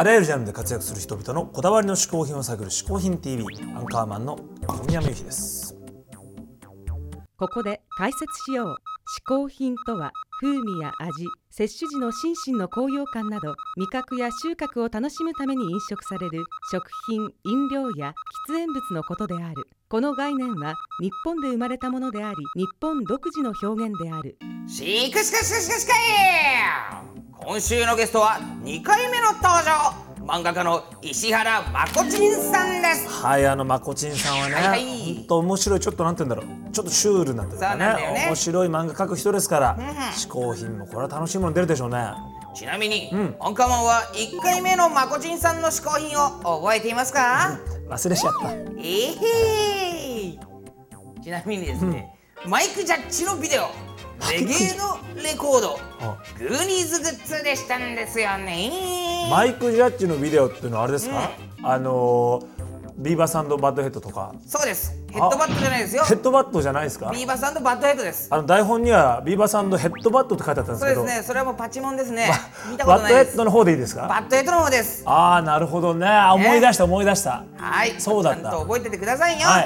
あらゆるジャンルで活躍する人々のこだわりの嗜好品を探る嗜好品 TV、 アンカーマンの小宮山由紀です。 ここで解説しよう。嗜好品とは風味や味、摂取時の心身の高揚感など味覚や収穫を楽しむために飲食される食品、飲料や喫煙物のことである。この概念は日本で生まれたものであり、日本独自の表現である。 しかし今週のゲストは2回目の登場、漫画家の石原まこちんさんです。 はい、まこちんさんはね、ほんと面白い、ちょっとなんて言うんだろう、ちょっとシュールなというかね、面白い漫画描く人ですから、嗜好品もこれは楽しいもの出るでしょうね。 ちなみに、アンカーマンは1回目のまこちんさんの嗜好品を覚えていますか？ 忘れちゃった。 ちなみにですね、マイクジャッジのビデオ、レゲエのレコード、グーニーズグッズでしたんですよね。 マイクジャッジのビデオっていうのはあれですか？ビーバー&バッドヘッドとか。 そうです。ヘッドバットじゃないですよ。 ヘッドバットじゃないですか？ ビーバー&バッドヘッドです。 台本にはビーバー&ヘッドバットって書いてあったんですけど。 そうですね。それはもうパチモンですね。見たことないです。 バッドヘッドの方でいいですか？ バッドヘッドの方です。 ああ、なるほどね。思い出した。 はい。 そうだった。 ちゃんと覚えててくださいよ。はい。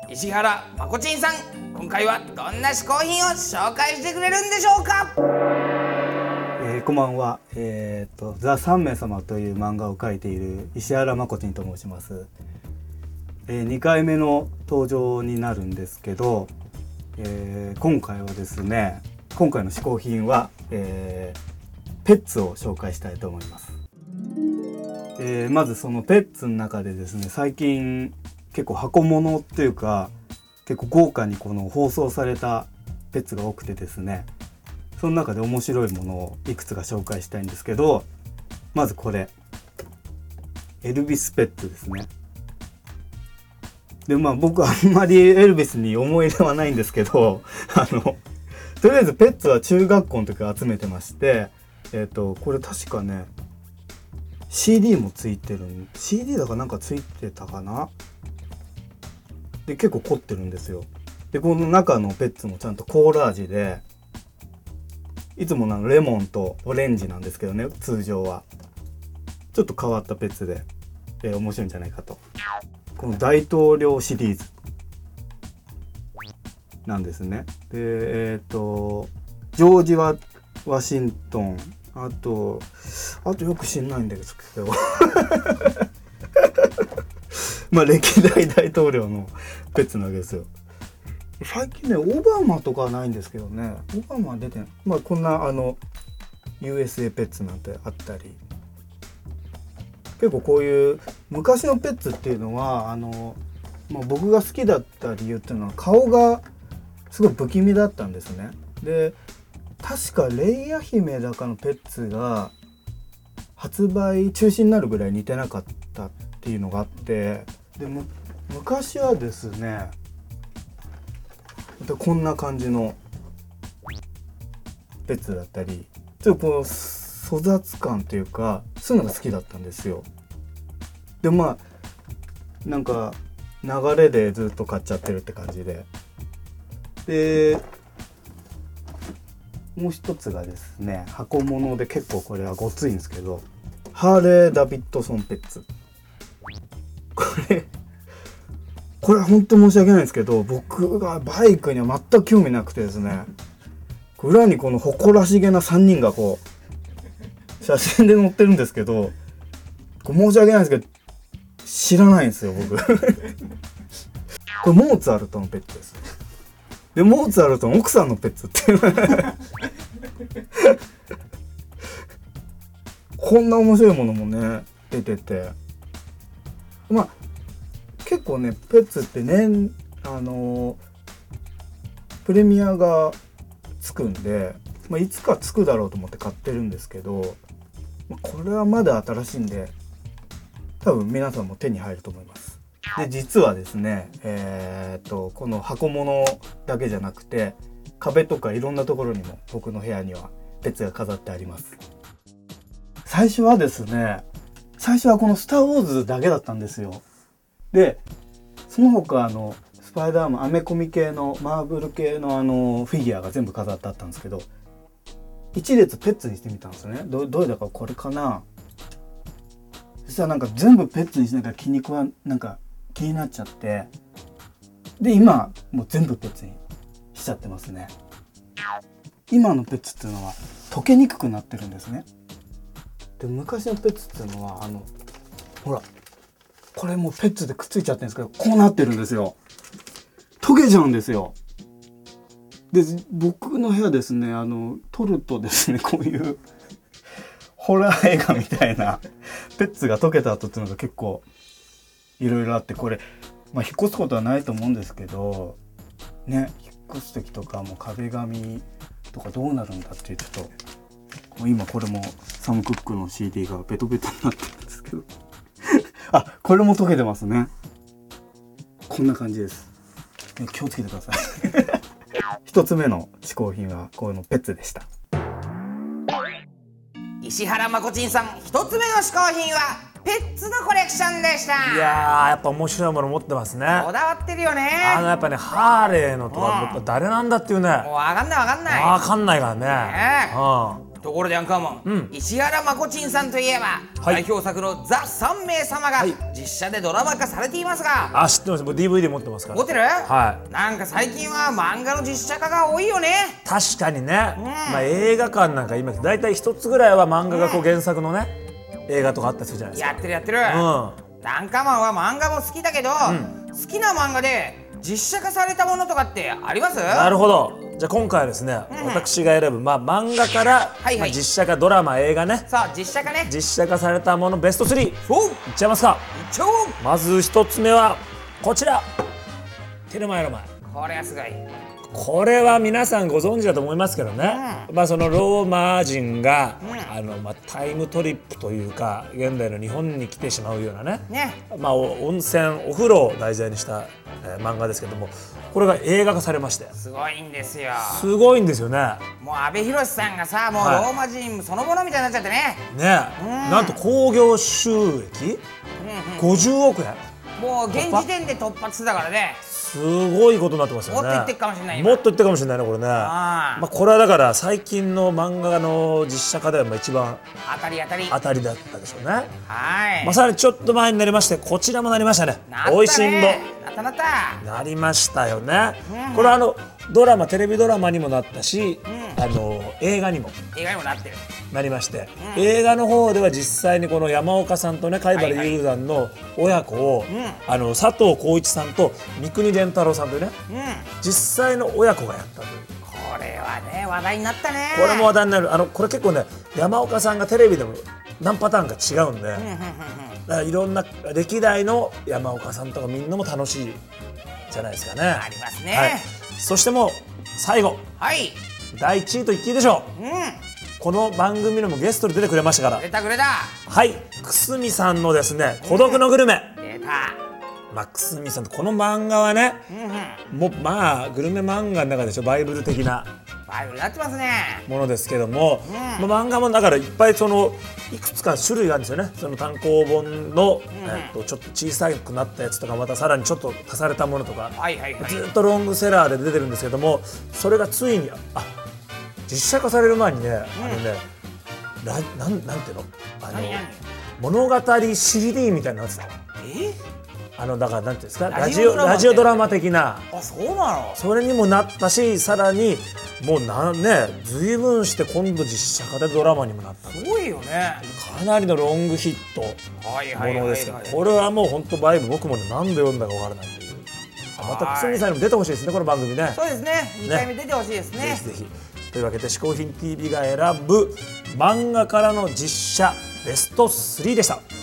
石原まこちんさん、今回はどんな嗜好品を紹介してくれるんでしょうか？ こんばんは。ザ・三名様という漫画を描いている石原まこちんと申します。2回目の登場になるんですけど、今回はですね、今回の嗜好品は、ペッツを紹介したいと思います。まずそのペッツの中でですね、最近結構箱物っていうか結構豪華にこの包装されたペッツが多くてですね、その中で面白いものをいくつか紹介したいんですけど、まずこれエルビスペッツですね。で僕はあんまりエルビスに思い入れはないんですけどとりあえずペッツは中学校の時集めてまして、これ確かね CD もついてる、 CD だかなんかついてたかな。で結構凝ってるんですよ。でこの中のペッツもちゃんとコーラ味で、いつもレモンとオレンジなんですけどね、通常はちょっと変わったペッツで、面白いんじゃないかと。この大統領シリーズなんですね。でジョージ・ワシントン、あとよく知んないんだけど歴代大統領のペッツなわけですよ。最近ねオバマとかはないんですけどね、オバマは出てない。こんなUSA ペッツなんてあったり、結構こういう昔のペッツっていうのは僕が好きだった理由っていうのは顔がすごい不気味だったんですね。で確かレイヤ姫だかのペッツが発売中止になるぐらい似てなかったっていうのがあって、でも昔はですねこんな感じのペッツだったり、ちょっとこの粗雑感というかそういうのが好きだったんですよ。でなんか流れでずっと買っちゃってるって感じで、もう一つがですね、箱物で結構これはごついんですけど、ハーレー・ダビッドソンペッツ。これは本当申し訳ないんですけど、僕がバイクには全く興味なくてですね、裏にこの誇らしげな3人がこう写真で載ってるんですけど、申し訳ないんですけど知らないんですよ僕これモーツァルトのペットです。でモーツァルトの奥さんのペッツっていうこんな面白いものもね出てて、結構ねペッツってねプレミアがつくんで、いつかつくだろうと思って買ってるんですけど、これはまだ新しいんで多分皆さんも手に入ると思います。で実はですね、この箱物だけじゃなくて壁とかいろんなところにも僕の部屋にはペッツが飾ってあります。最初はこのスター・ウォーズだけだったんですよ。でその他スパイダーマンアメコミ系のマーブル系のフィギュアが全部飾ってあったんですけど、一列ペッツにしてみたんですよね。どれだかこれかな。 したらなんか全部ペッツにしながら気になっちゃって、で今もう全部ペッツにしちゃってますね。今のペッツっていうのは溶けにくくなってるんですね。で昔のペッツっていうのはほらこれもうペッツでくっついちゃってるんですけど、こうなってるんですよ。溶けちゃうんですよ。で僕の部屋ですね、撮るとですね、こういうホラー映画みたいなペッツが溶けた後っていうのが結構いろいろあって、これ、引っ越すことはないと思うんですけどね、引っ越す時とかもう壁紙とかどうなるんだっていう、ちょっともう今これもサム・クックの CD がベトベトになってるんですけどあ、これも溶けてますね。こんな感じです。気をつけてください一つ目の嗜好品はこのペッツでした。 石原まこちんさん、一つ目の嗜好品はペッツのコレクションでした。 いやー、やっぱ面白いもの持ってますね。 こだわってるよね。 やっぱね、ハーレーのとか、やっぱ誰なんだっていうね、 もう分かんない分かんないからね。 ところでアンカーマン、石原まこちんさんといえば、代表作のザ3名様が実写でドラマ化されていますが、 知ってます。僕 DVD 持ってますから。 持ってる？ はい。 なんか最近は漫画の実写化が多いよね。 確かにね、映画館なんか今だいたい一つぐらいは漫画がこう原作のね、映画とかあったりするじゃないですか。 やってる。アンカーマンは漫画も好きだけど、好きな漫画で実写化されたものとかってあります？ なるほど。じゃあ今回はですね、私が選ぶ漫画から実写化、ドラマ、映画ね、 さあ実写化ね、 実写化されたものベスト3いっちゃいますか。まず一つ目はこちら、テルマエロマエ。 これはすごい。 これは皆さんご存知だと思いますけどね、そのローマ人が、タイムトリップというか現代の日本に来てしまうようなね、温泉お風呂を題材にした、漫画ですけども、これが映画化されまして、 すごいんですよ。 すごいんですよね。 もう阿部寛さんがさ、もうローマ人そのものみたいになっちゃってね。 なんと興行収益50億円。 もう現時点で突破してたからね。 すごいことになってますよね。 もっと言ってるかもしれない。 もっと言ってるかもしれないね、これね。これはだから最近の漫画の実写化では一番当たりだったでしょうね。さらにちょっと前になりまして、こちらもなりましたね。おいしんぼなりましたよね。これはドラマ、テレビドラマにもなったし、映画にもなってる。 なりまして、映画の方では実際にこの山岡さんとね、貝原雄山の親子を、佐藤浩市さんと三國連太郎さんというね、実際の親子がやったという。 これはね、話題になったね。 これも話題になる。これ結構ね、山岡さんがテレビでも何パターンか違うんで、だからいろんな歴代の山岡さんとかみんなも楽しいじゃないですかね。 ありますね。 そしてもう最後、第1位と言っていいでしょう。この番組でもゲストで出てくれましたから。 くれた。 はい、久住さんのですね、孤独のグルメ。 出た。 久住さんとこの漫画はね、もうグルメ漫画の中でしょ、バイブル的なバイブルになってますね。 ものですけども、漫画もだからいっぱいいくつか種類があるんですよね。その単行本の、ちょっと小さくなったやつとか、またさらにちょっと足されたものとか、ずっとロングセラーで出てるんですけども、それがついに実写化される前にね、なんていうの、物語 CD みたいなやつだ。だからなんていうんですか、ラジオドラマ的な。 そうなの。 それにもなったし、さらにもう随分して今度実写化でドラマにもなった。 すごいよね。 かなりのロングヒットものですから、これはもう本当バイブ、僕もね、何度読んだかわからないという。また久住さんにも出てほしいですね、この番組ね。 そうですね。2回目出てほしいですね。 ぜひ。というわけで、嗜好品 TV が選ぶ漫画からの実写ベスト3でした。